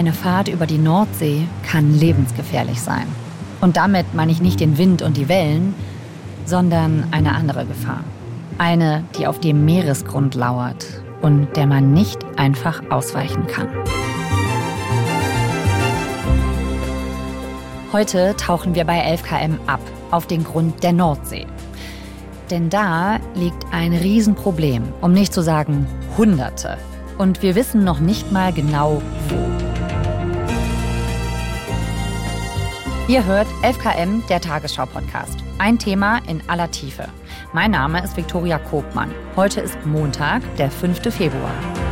eine Fahrt über die Nordsee kann lebensgefährlich sein. Und damit meine ich nicht den Wind und die Wellen, sondern eine andere Gefahr. Eine, die auf dem Meeresgrund lauert und der man nicht einfach ausweichen kann. Heute tauchen wir bei 11 km ab, auf den Grund der Nordsee. Denn da liegt ein Riesenproblem, um nicht zu sagen Hunderte. Und wir wissen noch nicht mal genau, wo. Ihr hört 11 km, der Tagesschau-Podcast. Ein Thema in aller Tiefe. Mein Name ist Viktoria Kobmann. Heute ist Montag, der 5. Februar.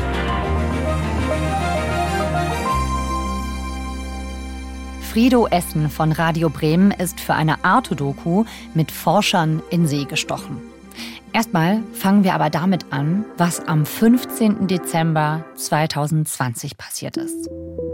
Frido Essen von Radio Bremen ist für eine Arte-Doku mit Forschern in See gestochen. Erstmal fangen wir aber damit an, was am 15. Dezember 2020 passiert ist.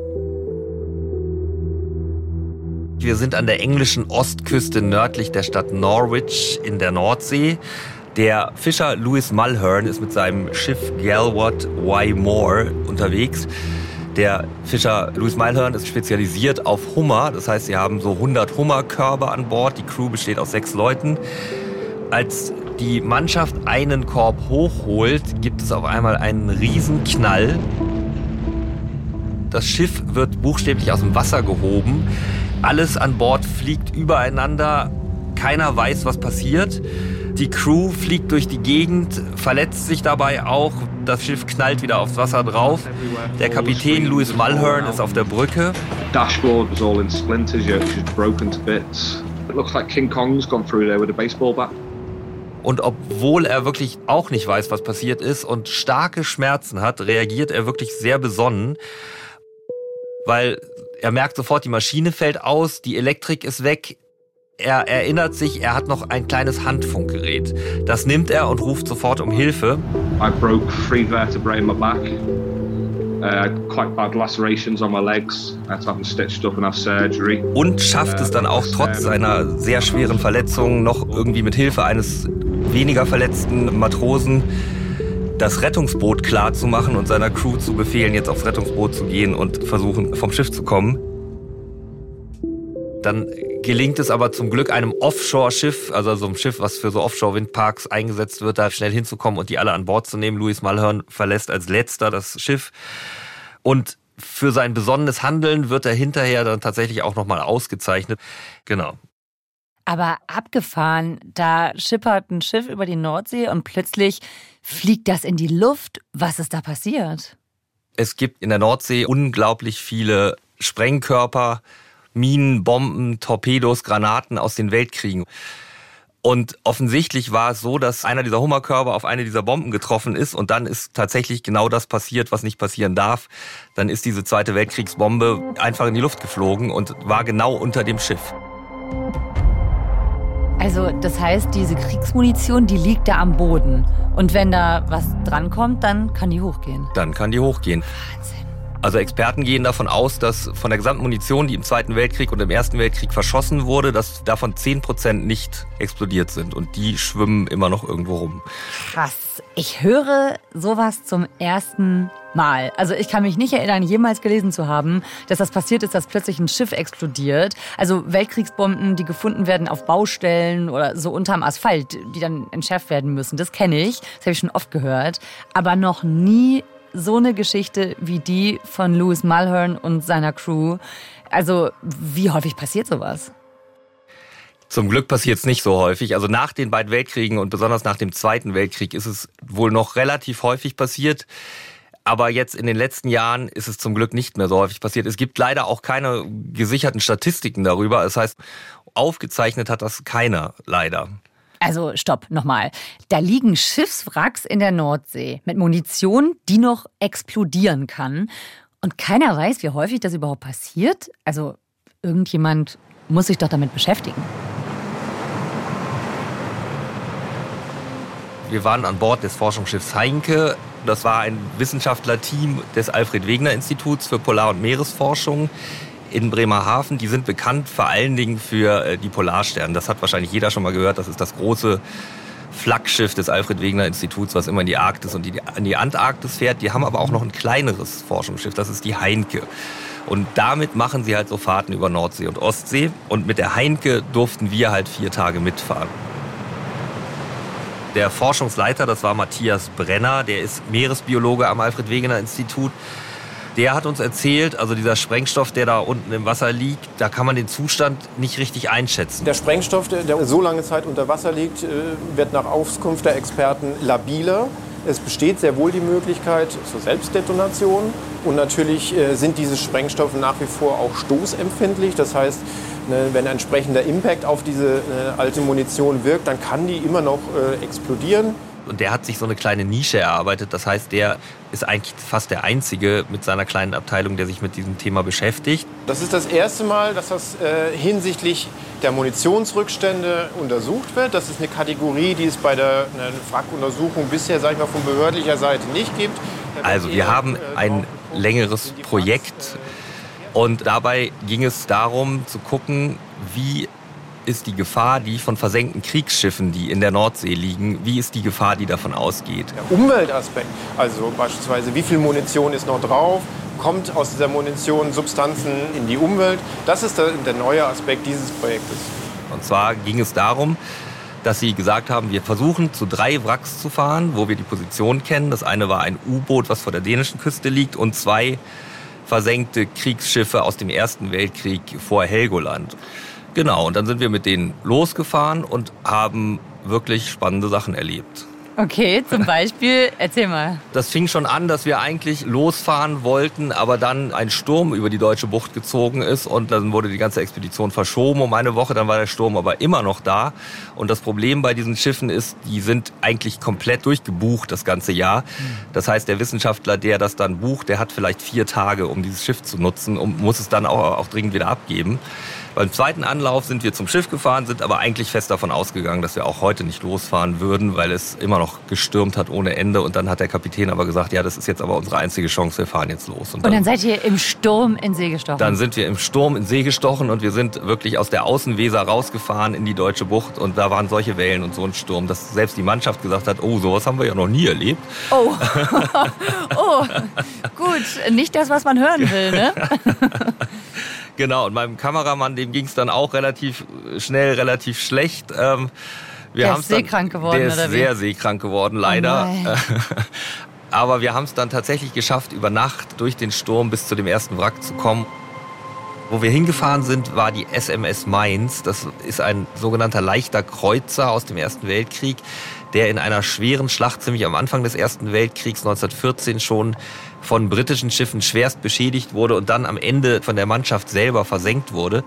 Wir sind an der englischen Ostküste nördlich der Stadt Norwich in der Nordsee. Der Fischer Lewis Mulhern ist mit seinem Schiff Galwad Y More unterwegs. Der Fischer Lewis Mulhern ist spezialisiert auf Hummer. Das heißt, sie haben so 100 Hummerkörbe an Bord. Die Crew besteht aus 6 Leuten. Als die Mannschaft einen Korb hochholt, gibt es auf einmal einen Riesenknall. Das Schiff wird buchstäblich aus dem Wasser gehoben. Alles an Bord fliegt übereinander. Keiner weiß, was passiert. Die Crew fliegt durch die Gegend, verletzt sich dabei auch. Das Schiff knallt wieder aufs Wasser drauf. Der Kapitän Lewis Mulhern ist auf der Brücke. Dashboard was all in splinters, just broken to bits. It looks like King Kong's gone through there with a baseball bat. Und obwohl er wirklich auch nicht weiß, was passiert ist und starke Schmerzen hat, reagiert er wirklich sehr besonnen, weil er merkt sofort, die Maschine fällt aus, die Elektrik ist weg. Er erinnert sich, er hat noch ein kleines Handfunkgerät. Das nimmt er und ruft sofort um Hilfe. I broke 3 vertebrae in my back. Quite bad lacerations on my legs. I had to have them stitched up and have surgery. Und schafft es dann auch trotz seiner sehr schweren Verletzung noch irgendwie mit Hilfe eines weniger verletzten Matrosen das Rettungsboot klar zu machen und seiner Crew zu befehlen, jetzt aufs Rettungsboot zu gehen und versuchen, vom Schiff zu kommen. Dann gelingt es aber zum Glück einem Offshore-Schiff, also so einem Schiff, was für so Offshore-Windparks eingesetzt wird, da schnell hinzukommen und die alle an Bord zu nehmen. Lewis Mulhern verlässt als letzter das Schiff. Und für sein besonnenes Handeln wird er hinterher dann tatsächlich auch nochmal ausgezeichnet. Genau. Aber abgefahren, da schippert ein Schiff über die Nordsee und plötzlich fliegt das in die Luft. Was ist da passiert? Es gibt in der Nordsee unglaublich viele Sprengkörper, Minen, Bomben, Torpedos, Granaten aus den Weltkriegen. Und offensichtlich war es so, dass einer dieser Hummerkörbe auf eine dieser Bomben getroffen ist und dann ist tatsächlich genau das passiert, was nicht passieren darf. Dann ist diese Zweite Weltkriegsbombe einfach in die Luft geflogen und war genau unter dem Schiff. Also das heißt, diese Kriegsmunition, die liegt da am Boden. Und wenn da was drankommt, dann kann die hochgehen. Dann kann die hochgehen. Wahnsinn. Also Experten gehen davon aus, dass von der gesamten Munition, die im Zweiten Weltkrieg und im Ersten Weltkrieg verschossen wurde, dass davon 10% nicht explodiert sind. Und die schwimmen immer noch irgendwo rum. Krass. Ich höre sowas zum ersten Mal. Also ich kann mich nicht erinnern, jemals gelesen zu haben, dass das passiert ist, dass plötzlich ein Schiff explodiert. Also Weltkriegsbomben, die gefunden werden auf Baustellen oder so unterm Asphalt, die dann entschärft werden müssen. Das kenne ich, das habe ich schon oft gehört. Aber noch nie so eine Geschichte wie die von Lewis Mulhern und seiner Crew. Also wie häufig passiert sowas? Zum Glück passiert es nicht so häufig. Also nach den beiden Weltkriegen und besonders nach dem Zweiten Weltkrieg ist es wohl noch relativ häufig passiert. Aber jetzt in den letzten Jahren ist es zum Glück nicht mehr so häufig passiert. Es gibt leider auch keine gesicherten Statistiken darüber. Das heißt, aufgezeichnet hat das keiner, leider. Also stopp, nochmal. Da liegen Schiffswracks in der Nordsee mit Munition, die noch explodieren kann. Und keiner weiß, wie häufig das überhaupt passiert. Also irgendjemand muss sich doch damit beschäftigen. Wir waren an Bord des Forschungsschiffs Heinke. Das war ein Wissenschaftlerteam des Alfred-Wegener-Instituts für Polar- und Meeresforschung in Bremerhaven. Die sind bekannt vor allen Dingen für die Polarstern. Das hat wahrscheinlich jeder schon mal gehört. Das ist das große Flaggschiff des Alfred-Wegener-Instituts, was immer in die Arktis und in die Antarktis fährt. Die haben aber auch noch ein kleineres Forschungsschiff. Das ist die Heinke. Und damit machen sie halt so Fahrten über Nordsee und Ostsee. Und mit der Heinke durften wir halt 4 Tage mitfahren. Der Forschungsleiter, das war Matthias Brenner, der ist Meeresbiologe am Alfred-Wegener-Institut. Der hat uns erzählt, also dieser Sprengstoff, der da unten im Wasser liegt, da kann man den Zustand nicht richtig einschätzen. Der Sprengstoff, der so lange Zeit unter Wasser liegt, wird nach Auskunft der Experten labiler. Es besteht sehr wohl die Möglichkeit zur Selbstdetonation. Und natürlich sind diese Sprengstoffe nach wie vor auch stoßempfindlich. Das heißt, wenn ein entsprechender Impact auf diese alte Munition wirkt, dann kann die immer noch explodieren. Und der hat sich so eine kleine Nische erarbeitet. Das heißt, der ist eigentlich fast der Einzige mit seiner kleinen Abteilung, der sich mit diesem Thema beschäftigt. Das ist das erste Mal, dass das hinsichtlich der Munitionsrückstände untersucht wird. Das ist eine Kategorie, die es bei der Wrackuntersuchung bisher, sag ich mal, von behördlicher Seite nicht gibt. Also wir haben ein längeres Projekt und dabei ging es darum zu gucken, wie ist die Gefahr, die von versenkten Kriegsschiffen, die in der Nordsee liegen, wie ist die Gefahr, die davon ausgeht? Der Umweltaspekt, also beispielsweise wie viel Munition ist noch drauf, kommt aus dieser Munition Substanzen in die Umwelt, das ist der neue Aspekt dieses Projektes. Und zwar ging es darum, dass sie gesagt haben, wir versuchen zu 3 Wracks zu fahren, wo wir die Position kennen. Das eine war ein U-Boot, was vor der dänischen Küste liegt, und 2 versenkte Kriegsschiffe aus dem Ersten Weltkrieg vor Helgoland. Genau, und dann sind wir mit denen losgefahren und haben wirklich spannende Sachen erlebt. Okay, zum Beispiel, erzähl mal. Das fing schon an, dass wir eigentlich losfahren wollten, aber dann ein Sturm über die Deutsche Bucht gezogen ist und dann wurde die ganze Expedition verschoben um eine Woche, dann war der Sturm aber immer noch da. Und das Problem bei diesen Schiffen ist, die sind eigentlich komplett durchgebucht das ganze Jahr. Das heißt, der Wissenschaftler, der das dann bucht, der hat vielleicht 4 Tage, um dieses Schiff zu nutzen und muss es dann auch dringend wieder abgeben. Beim zweiten Anlauf sind wir zum Schiff gefahren, sind aber eigentlich fest davon ausgegangen, dass wir auch heute nicht losfahren würden, weil es immer noch gestürmt hat ohne Ende. Und dann hat der Kapitän aber gesagt, ja, das ist jetzt aber unsere einzige Chance, wir fahren jetzt los. Und dann seid ihr im Sturm in See gestochen? Dann sind wir im Sturm in See gestochen und wir sind wirklich aus der Außenweser rausgefahren in die Deutsche Bucht. Und da waren solche Wellen und so ein Sturm, dass selbst die Mannschaft gesagt hat, oh, sowas haben wir ja noch nie erlebt. Oh, oh, gut, nicht das, was man hören will, ne? Genau, und meinem Kameramann, dem ging es dann auch relativ schnell, relativ schlecht. Der ist seekrank geworden, der oder ist wie? sehr seekrank geworden, leider. Oh Aber wir haben es dann tatsächlich geschafft, über Nacht durch den Sturm bis zu dem ersten Wrack zu kommen. Wo wir hingefahren sind, war die SMS Mainz. Das ist ein sogenannter leichter Kreuzer aus dem Ersten Weltkrieg, der in einer schweren Schlacht ziemlich am Anfang des Ersten Weltkriegs 1914 schon von britischen Schiffen schwerst beschädigt wurde und dann am Ende von der Mannschaft selber versenkt wurde.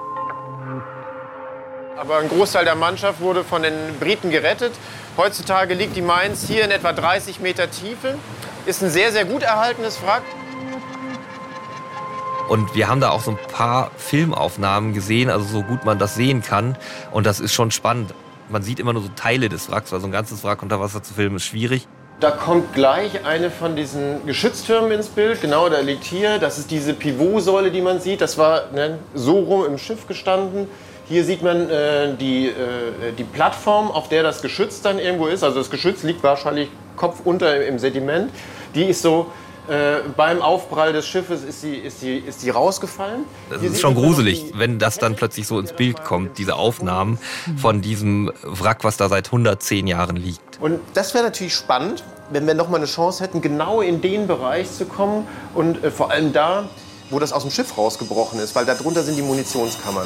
Aber ein Großteil der Mannschaft wurde von den Briten gerettet. Heutzutage liegt die Mainz hier in etwa 30 Meter Tiefe. Ist ein sehr, sehr gut erhaltenes Wrack. Und wir haben da auch so ein paar Filmaufnahmen gesehen, also so gut man das sehen kann. Und das ist schon spannend. Man sieht immer nur so Teile des Wracks, weil so ein ganzes Wrack unter Wasser zu filmen ist schwierig. Da kommt gleich eine von diesen Geschütztürmen ins Bild. Genau, da liegt hier. Das ist diese Pivotsäule, die man sieht. Das war so rum im Schiff gestanden. Hier sieht man die Plattform, auf der das Geschütz dann irgendwo ist. Also das Geschütz liegt wahrscheinlich kopfunter im Sediment. Die ist so beim Aufprall des Schiffes ist sie rausgefallen. Das ist schon gruselig, wenn das dann plötzlich so ins Bild kommt, diese Aufnahmen von diesem Wrack, was da seit 110 Jahren liegt. Und das wäre natürlich spannend, wenn wir noch mal eine Chance hätten, genau in den Bereich zu kommen und vor allem da, wo das aus dem Schiff rausgebrochen ist, weil darunter sind die Munitionskammern.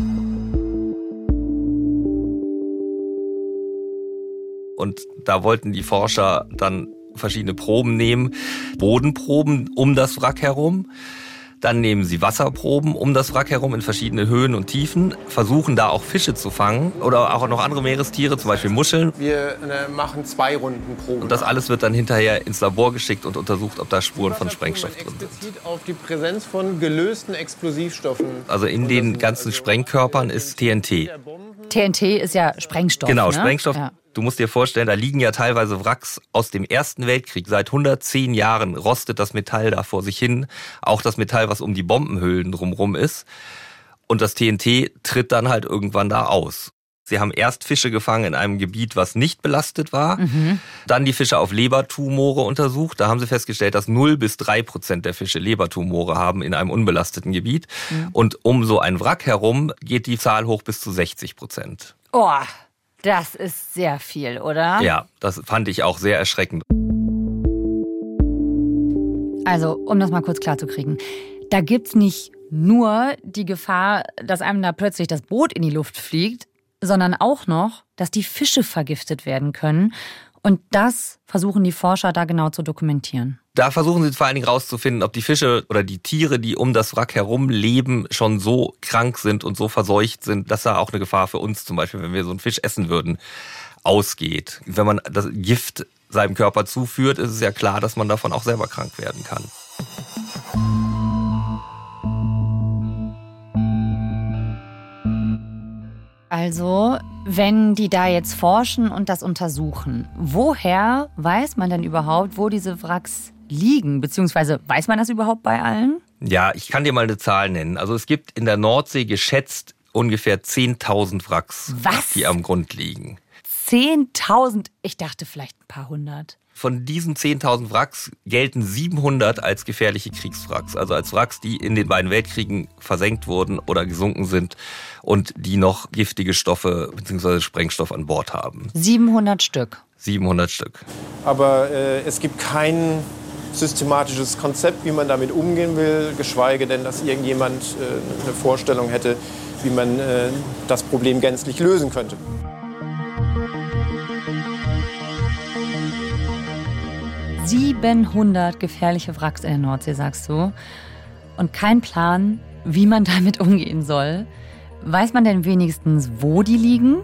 Und da wollten die Forscher dann verschiedene Proben nehmen, Bodenproben um das Wrack herum. Dann nehmen sie Wasserproben um das Wrack herum in verschiedene Höhen und Tiefen, versuchen da auch Fische zu fangen oder auch noch andere Meerestiere, zum Beispiel Muscheln. Wir machen 2 Runden Proben. Und das alles wird dann hinterher ins Labor geschickt und untersucht, ob da Spuren von Sprengstoff drin sind. Explizit auf die Präsenz von gelösten Explosivstoffen. Also in den ganzen Sprengkörpern ist TNT. TNT ist ja Sprengstoff. Genau, ne? Sprengstoff. Ja. Du musst dir vorstellen, da liegen ja teilweise Wracks aus dem Ersten Weltkrieg. Seit 110 Jahren rostet das Metall da vor sich hin. Auch das Metall, was um die Bombenhüllen drumherum ist. Und das TNT tritt dann halt irgendwann da aus. Sie haben erst Fische gefangen in einem Gebiet, was nicht belastet war. Dann die Fische auf Lebertumore untersucht. Da haben sie festgestellt, dass 0-3% der Fische Lebertumore haben in einem unbelasteten Gebiet. Und um so ein Wrack herum geht die Zahl hoch bis zu 60%. Oh, das ist sehr viel, oder? Ja, das fand ich auch sehr erschreckend. Also, um das mal kurz klarzukriegen. Da gibt's nicht nur die Gefahr, dass einem da plötzlich das Boot in die Luft fliegt, sondern auch noch, dass die Fische vergiftet werden können. Und das versuchen die Forscher da genau zu dokumentieren. Da versuchen sie vor allen Dingen rauszufinden, ob die Fische oder die Tiere, die um das Wrack herum leben, schon so krank sind und so verseucht sind, dass da auch eine Gefahr für uns, zum Beispiel, wenn wir so einen Fisch essen würden, ausgeht. Wenn man das Gift seinem Körper zuführt, ist es ja klar, dass man davon auch selber krank werden kann. Also, wenn die da jetzt forschen und das untersuchen, woher weiß man denn überhaupt, wo diese Wracks liegen? Beziehungsweise weiß man das überhaupt bei allen? Ja, ich kann dir mal eine Zahl nennen. Also es gibt in der Nordsee geschätzt ungefähr 10.000 Wracks, die am Grund liegen. 10.000? Ich dachte vielleicht ein paar hundert. Von diesen 10.000 Wracks gelten 700 als gefährliche Kriegswracks. Also als Wracks, die in den beiden Weltkriegen versenkt wurden oder gesunken sind und die noch giftige Stoffe bzw. Sprengstoff an Bord haben. 700 Stück? 700 Stück. Aber es gibt kein systematisches Konzept, wie man damit umgehen will, geschweige denn, dass irgendjemand eine Vorstellung hätte, wie man das Problem gänzlich lösen könnte. ...700 gefährliche Wracks in der Nordsee, sagst du. Und kein Plan, wie man damit umgehen soll. Weiß man denn wenigstens, wo die liegen?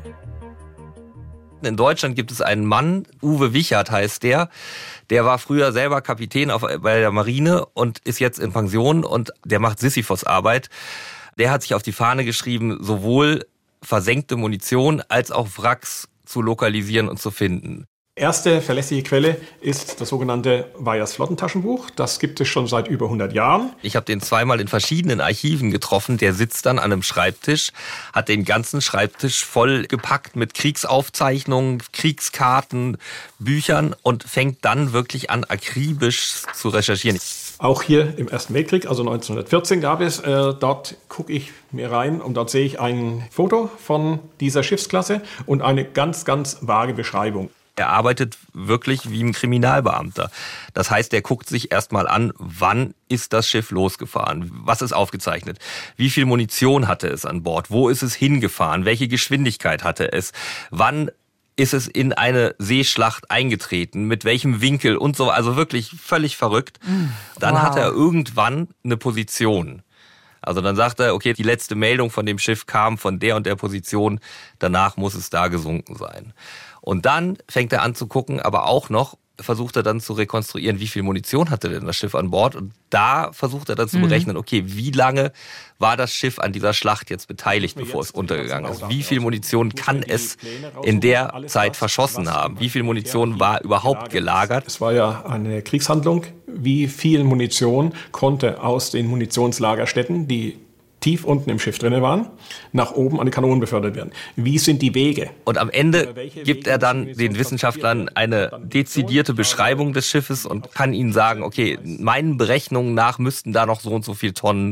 In Deutschland gibt es einen Mann, Uwe Wichert heißt der. Der war früher selber Kapitän bei der Marine und ist jetzt in Pension und der macht Sisyphos-Arbeit. Der hat sich auf die Fahne geschrieben, sowohl versenkte Munition als auch Wracks zu lokalisieren und zu finden. Erste verlässliche Quelle ist das sogenannte Weyers Flottentaschenbuch. Das gibt es schon seit über 100 Jahren. Ich habe den zweimal in verschiedenen Archiven getroffen. Der sitzt dann an einem Schreibtisch, hat den ganzen Schreibtisch voll gepackt mit Kriegsaufzeichnungen, Kriegskarten, Büchern und fängt dann wirklich an, akribisch zu recherchieren. Auch hier im Ersten Weltkrieg, also 1914 gab es, dort gucke ich mir rein und dort sehe ich ein Foto von dieser Schiffsklasse und eine ganz, ganz vage Beschreibung. Er arbeitet wirklich wie ein Kriminalbeamter. Das heißt, er guckt sich erstmal an, wann ist das Schiff losgefahren? Was ist aufgezeichnet? Wie viel Munition hatte es an Bord? Wo ist es hingefahren? Welche Geschwindigkeit hatte es? Wann ist es in eine Seeschlacht eingetreten? Mit welchem Winkel und so? Also wirklich völlig verrückt. Dann hat er irgendwann eine Position. Also dann sagt er, okay, die letzte Meldung von dem Schiff kam von der und der Position. Danach muss es da gesunken sein. Und dann fängt er an zu gucken, aber auch noch versucht er dann zu rekonstruieren, wie viel Munition hatte denn das Schiff an Bord. Und da versucht er dann zu berechnen, okay, wie lange war das Schiff an dieser Schlacht jetzt beteiligt, bevor es untergegangen ist? Wie viel Munition kann es in der Zeit verschossen haben? Wie viel Munition war überhaupt gelagert? Es war ja eine Kriegshandlung. Wie viel Munition konnte aus den Munitionslagerstätten, die tief unten im Schiff drin waren, nach oben an die Kanonen befördert werden? Wie sind die Wege? Und am Ende gibt er dann den Wissenschaftlern eine dezidierte Beschreibung des Schiffes und kann ihnen sagen, okay, meinen Berechnungen nach müssten da noch so und so viele Tonnen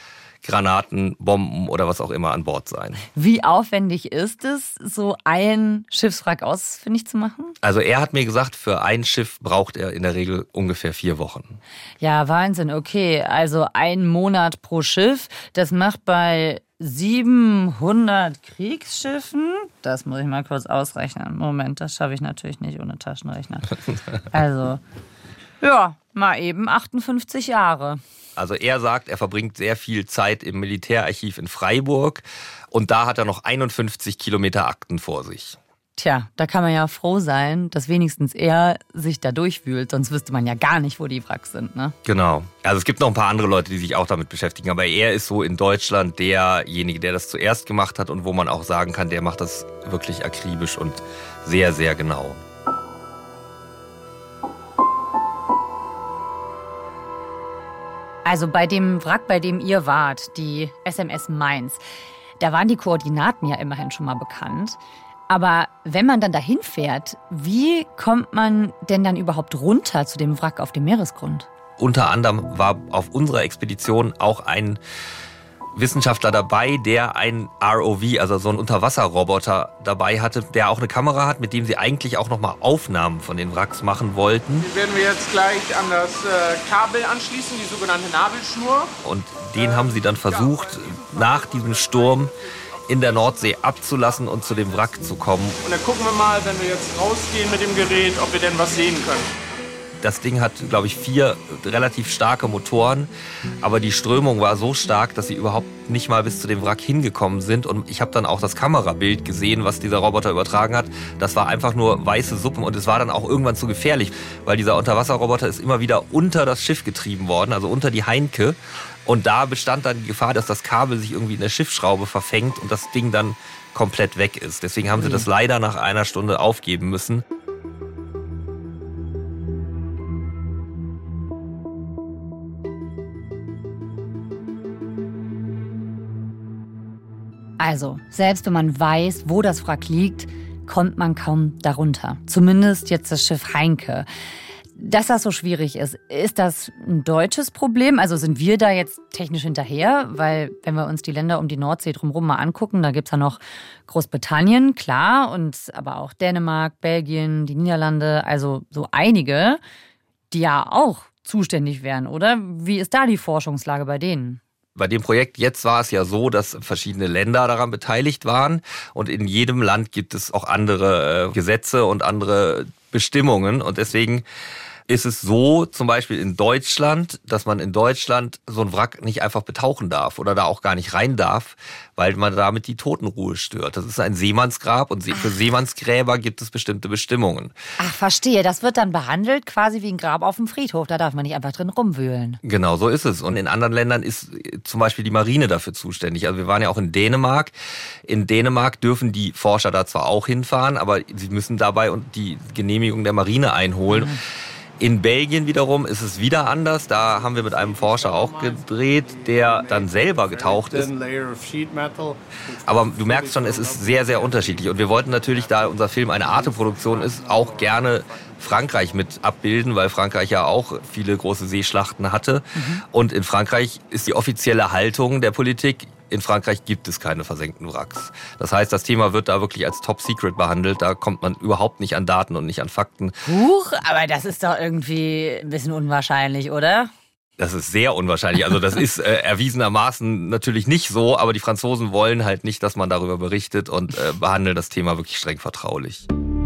Granaten, Bomben oder was auch immer an Bord sein. Wie aufwendig ist es, so ein Schiffswrack ausfindig zu machen? Also er hat mir gesagt, für ein Schiff braucht er in der Regel ungefähr 4 Wochen. Ja, Wahnsinn, okay. Also 1 Monat pro Schiff, das macht bei 700 Kriegsschiffen, das muss ich mal kurz ausrechnen. Moment, das schaffe ich natürlich nicht ohne Taschenrechner. Also, ja, mal eben 58 Jahre. Also er sagt, er verbringt sehr viel Zeit im Militärarchiv in Freiburg und da hat er noch 51 Kilometer Akten vor sich. Tja, da kann man ja froh sein, dass wenigstens er sich da durchwühlt, sonst wüsste man ja gar nicht, wo die Wracks sind, ne? Genau. Also es gibt noch ein paar andere Leute, die sich auch damit beschäftigen, aber er ist so in Deutschland derjenige, der das zuerst gemacht hat und wo man auch sagen kann, der macht das wirklich akribisch und sehr, sehr genau. Also bei dem Wrack, bei dem ihr wart, die SMS Mainz, Da waren die Koordinaten ja immerhin schon mal bekannt. Aber wenn man dann dahin fährt, wie kommt man denn dann überhaupt runter zu dem Wrack auf dem Meeresgrund? Unter anderem war auf unserer Expedition auch ein Wissenschaftler dabei, der ein ROV, also so einen Unterwasserroboter dabei hatte, der auch eine Kamera hat, mit dem sie eigentlich auch nochmal Aufnahmen von den Wracks machen wollten. Die werden wir jetzt gleich an das Kabel anschließen, die sogenannte Nabelschnur. Und den haben sie dann versucht, nach diesem Sturm in der Nordsee abzulassen und zu dem Wrack zu kommen. Und dann gucken wir mal, wenn wir jetzt rausgehen mit dem Gerät, ob wir denn was sehen können. Das Ding hat, glaube ich, 4 relativ starke Motoren, aber die Strömung war so stark, dass sie überhaupt nicht mal bis zu dem Wrack hingekommen sind. Und ich habe dann auch das Kamerabild gesehen, was dieser Roboter übertragen hat. Das war einfach nur weiße Suppen und es war dann auch irgendwann zu gefährlich, weil dieser Unterwasserroboter ist immer wieder unter das Schiff getrieben worden, also unter die Heinke. Und da bestand dann die Gefahr, dass das Kabel sich irgendwie in der Schiffsschraube verfängt und das Ding dann komplett weg ist. Deswegen haben sie das leider nach einer Stunde aufgeben müssen. Also, selbst wenn man weiß, wo das Wrack liegt, kommt man kaum darunter. Zumindest jetzt das Schiff Heinke. Dass das so schwierig ist das ein deutsches Problem? Also sind wir da jetzt technisch hinterher? Weil wenn wir uns die Länder um die Nordsee drumherum mal angucken, da gibt's ja noch Großbritannien, klar, und aber auch Dänemark, Belgien, die Niederlande, also so einige, die ja auch zuständig wären, oder? Wie ist da die Forschungslage bei denen? Bei dem Projekt jetzt war es ja so, dass verschiedene Länder daran beteiligt waren und in jedem Land gibt es auch andere Gesetze und andere Bestimmungen und deswegen ist es so, zum Beispiel in Deutschland, dass man in Deutschland so ein Wrack nicht einfach betauchen darf oder da auch gar nicht rein darf, weil man damit die Totenruhe stört. Das ist ein Seemannsgrab und für Seemannsgräber gibt es bestimmte Bestimmungen. Ach, verstehe. Das wird dann behandelt quasi wie ein Grab auf dem Friedhof. Da darf man nicht einfach drin rumwühlen. Genau, so ist es. Und in anderen Ländern ist zum Beispiel die Marine dafür zuständig. Also wir waren ja auch in Dänemark. In Dänemark dürfen die Forscher da zwar auch hinfahren, aber sie müssen dabei die Genehmigung der Marine einholen. Mhm. In Belgien wiederum ist es wieder anders. Da haben wir mit einem Forscher auch gedreht, der dann selber getaucht ist. Aber du merkst schon, es ist sehr, sehr unterschiedlich. Und wir wollten natürlich, da unser Film eine Arte-Produktion ist, auch gerne Frankreich mit abbilden, weil Frankreich ja auch viele große Seeschlachten hatte. Mhm. Und in Frankreich ist die offizielle Haltung der Politik, in Frankreich gibt es keine versenkten Wracks. Das heißt, das Thema wird da wirklich als Top Secret behandelt. Da kommt man überhaupt nicht an Daten und nicht an Fakten. Huch, aber das ist doch irgendwie ein bisschen unwahrscheinlich, oder? Das ist sehr unwahrscheinlich. Also das ist erwiesenermaßen natürlich nicht so, aber die Franzosen wollen halt nicht, dass man darüber berichtet und behandeln das Thema wirklich streng vertraulich.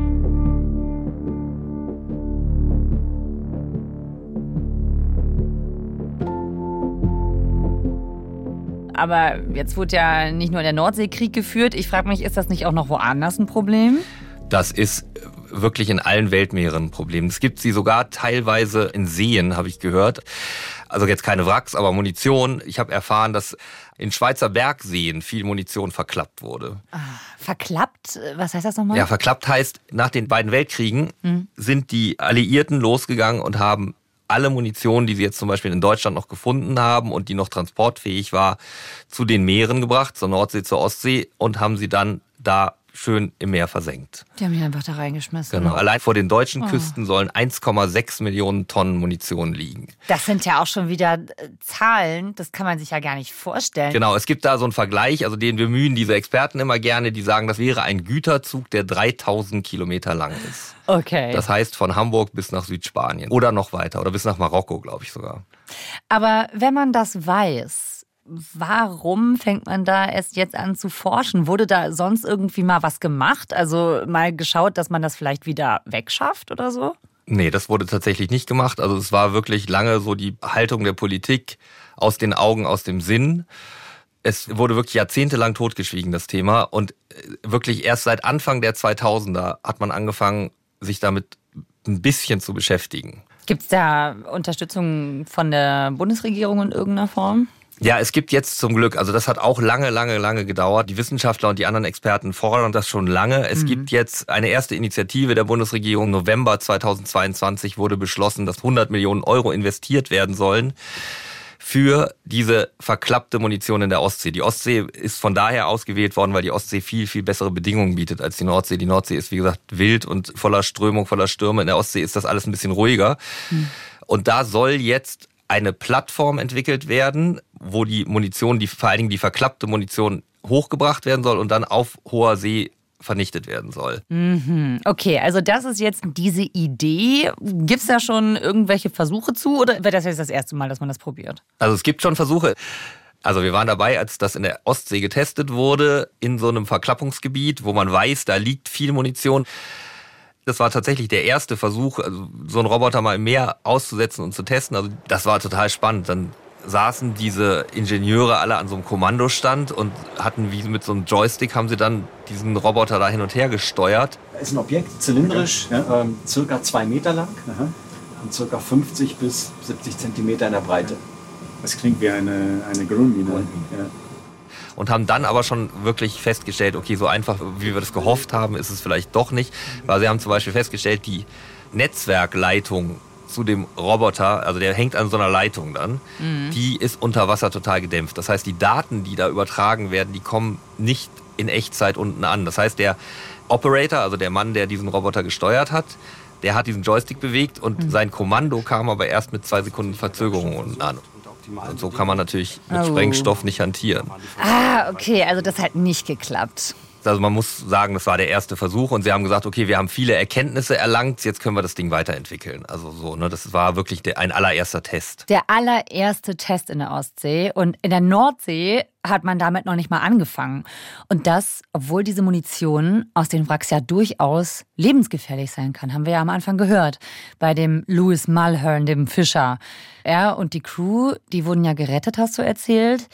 Aber jetzt wurde ja nicht nur der Nordseekrieg geführt. Ich frage mich, ist das nicht auch noch woanders ein Problem? Das ist wirklich in allen Weltmeeren ein Problem. Es gibt sie sogar teilweise in Seen, habe ich gehört. Also jetzt keine Wracks, aber Munition. Ich habe erfahren, dass in Schweizer Bergseen viel Munition verklappt wurde. Verklappt? Was heißt das nochmal? Ja, verklappt heißt, nach den beiden Weltkriegen sind die Alliierten losgegangen und haben alle Munition, die sie jetzt zum Beispiel in Deutschland noch gefunden haben und die noch transportfähig war, zu den Meeren gebracht, zur Nordsee, zur Ostsee und haben sie dann da schön im Meer versenkt. Die haben die einfach da reingeschmissen. Genau. Allein vor den deutschen Küsten sollen 1,6 Millionen Tonnen Munition liegen. Das sind ja auch schon wieder Zahlen, das kann man sich ja gar nicht vorstellen. Genau, es gibt da so einen Vergleich, also den bemühen diese Experten immer gerne, die sagen, das wäre ein Güterzug, der 3000 Kilometer lang ist. Okay. Das heißt von Hamburg bis nach Südspanien oder noch weiter oder bis nach Marokko, glaube ich sogar. Aber wenn man das weiß, warum fängt man da erst jetzt an zu forschen? Wurde da sonst irgendwie mal was gemacht? Also mal geschaut, dass man das vielleicht wieder wegschafft oder so? Nee, das wurde tatsächlich nicht gemacht. Also es war wirklich lange so die Haltung der Politik, aus den Augen, aus dem Sinn. Es wurde wirklich jahrzehntelang totgeschwiegen, das Thema. Und wirklich erst seit Anfang der 2000er hat man angefangen, sich damit ein bisschen zu beschäftigen. Gibt es da Unterstützung von der Bundesregierung in irgendeiner Form? Ja, es gibt jetzt zum Glück, also das hat auch lange gedauert. Die Wissenschaftler und die anderen Experten fordern das schon lange. Es gibt jetzt eine erste Initiative der Bundesregierung. November 2022 wurde beschlossen, dass 100 Millionen Euro investiert werden sollen für diese verklappte Munition in der Ostsee. Die Ostsee ist von daher ausgewählt worden, weil die Ostsee viel, viel bessere Bedingungen bietet als die Nordsee. Die Nordsee ist, wie gesagt, wild und voller Strömung, voller Stürme. In der Ostsee ist das alles ein bisschen ruhiger. Und da soll jetzt eine Plattform entwickelt werden, wo die Munition, vor allen Dingen die verklappte Munition, hochgebracht werden soll und dann auf hoher See vernichtet werden soll. Okay, also das ist jetzt diese Idee. Gibt es da schon irgendwelche Versuche zu oder wäre das jetzt das erste Mal, dass man das probiert? Also es gibt schon Versuche. Also wir waren dabei, als das in der Ostsee getestet wurde, in so einem Verklappungsgebiet, wo man weiß, da liegt viel Munition. Das war tatsächlich der erste Versuch, also so einen Roboter mal im Meer auszusetzen und zu testen. Also das war total spannend. Dann saßen diese Ingenieure alle an so einem Kommandostand und hatten wie mit so einem Joystick, haben sie dann diesen Roboter da hin und her gesteuert. Es ist ein Objekt, zylindrisch, ja, circa 2 Meter lang und circa 50 bis 70 Zentimeter in der Breite. Das klingt wie eine Grundmine. Ja. Und haben dann aber schon wirklich festgestellt, okay, so einfach, wie wir das gehofft haben, ist es vielleicht doch nicht. Weil sie haben zum Beispiel festgestellt, die Netzwerkleitung zu dem Roboter, also der hängt an so einer Leitung dann, die ist unter Wasser total gedämpft. Das heißt, die Daten, die da übertragen werden, die kommen nicht in Echtzeit unten an. Das heißt, der Operator, also der Mann, der diesen Roboter gesteuert hat, der hat diesen Joystick bewegt und sein Kommando kam aber erst mit 2 Sekunden Verzögerung unten an. Und so kann man natürlich mit Sprengstoff nicht hantieren. Okay, also das hat nicht geklappt. Also man muss sagen, das war der erste Versuch und sie haben gesagt, okay, wir haben viele Erkenntnisse erlangt, jetzt können wir das Ding weiterentwickeln. Also so, ne, das war wirklich ein allererster Test. Der allererste Test in der Ostsee und in der Nordsee hat man damit noch nicht mal angefangen. Und das, obwohl diese Munition aus den Wracks ja durchaus lebensgefährlich sein kann, haben wir ja am Anfang gehört. Bei dem Louis Mulhern, dem Fischer. Er und die Crew, die wurden ja gerettet, hast du erzählt.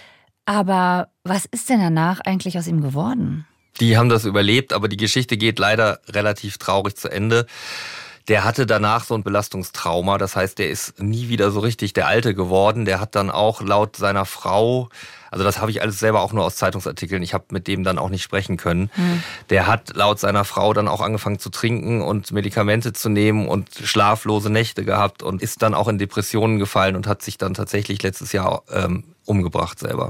Aber was ist denn danach eigentlich aus ihm geworden? Die haben das überlebt, aber die Geschichte geht leider relativ traurig zu Ende. Der hatte danach so ein Belastungstrauma, das heißt, der ist nie wieder so richtig der Alte geworden. Der hat dann auch laut seiner Frau, also das habe ich alles selber auch nur aus Zeitungsartikeln, ich habe mit dem dann auch nicht sprechen können. Der hat laut seiner Frau dann auch angefangen zu trinken und Medikamente zu nehmen und schlaflose Nächte gehabt und ist dann auch in Depressionen gefallen und hat sich dann tatsächlich letztes Jahr umgebracht selber.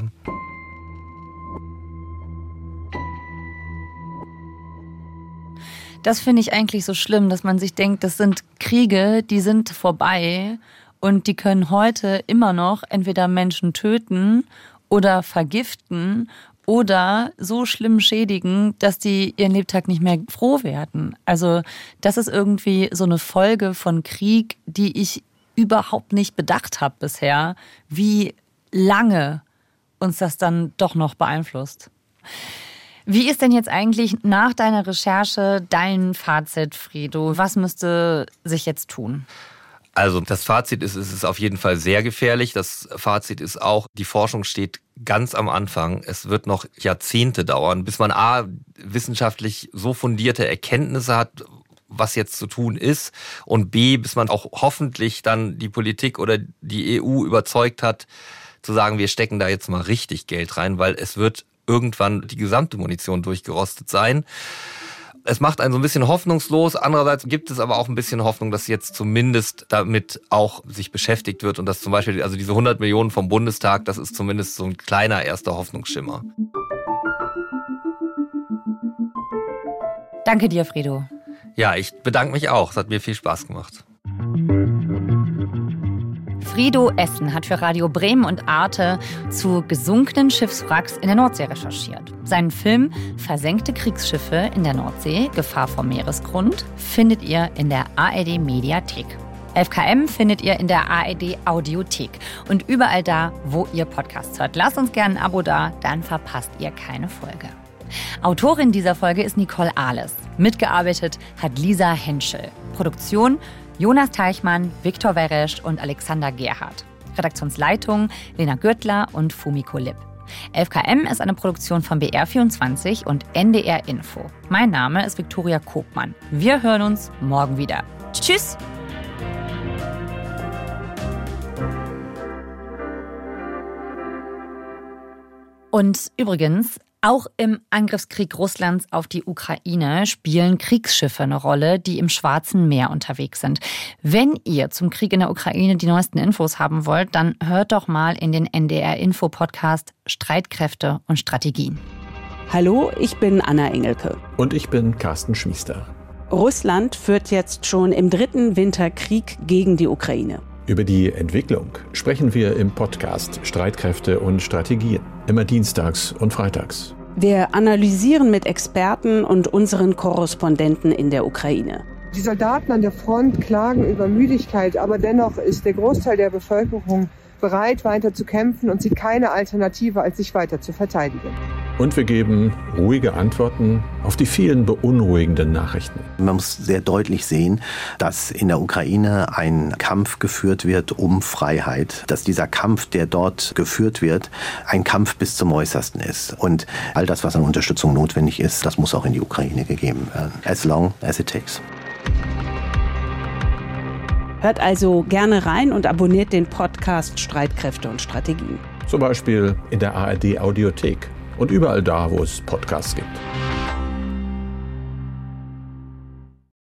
Das finde ich eigentlich so schlimm, dass man sich denkt, das sind Kriege, die sind vorbei und die können heute immer noch entweder Menschen töten oder vergiften oder so schlimm schädigen, dass die ihren Lebtag nicht mehr froh werden. Also das ist irgendwie so eine Folge von Krieg, die ich überhaupt nicht bedacht habe bisher, wie lange uns das dann doch noch beeinflusst. Wie ist denn jetzt eigentlich nach deiner Recherche dein Fazit, Fredo? Was müsste sich jetzt tun? Also das Fazit ist, es ist auf jeden Fall sehr gefährlich. Das Fazit ist auch, die Forschung steht ganz am Anfang. Es wird noch Jahrzehnte dauern, bis man A, wissenschaftlich so fundierte Erkenntnisse hat, was jetzt zu tun ist, und B, bis man auch hoffentlich dann die Politik oder die EU überzeugt hat, zu sagen, wir stecken da jetzt mal richtig Geld rein, weil es wird irgendwann die gesamte Munition durchgerostet sein. Es macht einen so ein bisschen hoffnungslos. Andererseits gibt es aber auch ein bisschen Hoffnung, dass jetzt zumindest damit auch sich beschäftigt wird und dass zum Beispiel, also diese 100 Millionen vom Bundestag, das ist zumindest so ein kleiner erster Hoffnungsschimmer. Danke dir, Fredo. Ja, ich bedanke mich auch. Es hat mir viel Spaß gemacht. Fredo Essen hat für Radio Bremen und Arte zu gesunkenen Schiffswracks in der Nordsee recherchiert. Seinen Film Versenkte Kriegsschiffe in der Nordsee, Gefahr vom Meeresgrund, findet ihr in der ARD Mediathek. 11KM findet ihr in der ARD Audiothek und überall da, wo ihr Podcasts hört. Lasst uns gerne ein Abo da, dann verpasst ihr keine Folge. Autorin dieser Folge ist Nicole Ahles. Mitgearbeitet hat Lisa Henschel. Produktion Jonas Teichmann, Viktor Weresch und Alexander Gerhardt. Redaktionsleitung Lena Gürtler und Fumiko Lipp. 11KM ist eine Produktion von BR24 und NDR Info. Mein Name ist Viktoria Kopmann. Wir hören uns morgen wieder. Tschüss! Und übrigens, Auch im Angriffskrieg Russlands auf die Ukraine spielen Kriegsschiffe eine Rolle, die im Schwarzen Meer unterwegs sind. Wenn ihr zum Krieg in der Ukraine die neuesten Infos haben wollt, dann hört doch mal in den NDR-Info-Podcast Streitkräfte und Strategien. Hallo, ich bin Anna Engelke. Und ich bin Carsten Schmiester. Russland führt jetzt schon im 3. Winterkrieg gegen die Ukraine. Über die Entwicklung sprechen wir im Podcast Streitkräfte und Strategien. Immer dienstags und freitags. Wir analysieren mit Experten und unseren Korrespondenten in der Ukraine. Die Soldaten an der Front klagen über Müdigkeit, aber dennoch ist der Großteil der Bevölkerung bereit, weiter zu kämpfen und sieht keine Alternative, als sich weiter zu verteidigen. Und wir geben ruhige Antworten auf die vielen beunruhigenden Nachrichten. Man muss sehr deutlich sehen, dass in der Ukraine ein Kampf geführt wird um Freiheit. Dass dieser Kampf, der dort geführt wird, ein Kampf bis zum Äußersten ist. Und all das, was an Unterstützung notwendig ist, das muss auch in die Ukraine gegeben werden. As long as it takes. Hört also gerne rein und abonniert den Podcast Streitkräfte und Strategien. Zum Beispiel in der ARD Audiothek und überall da, wo es Podcasts gibt.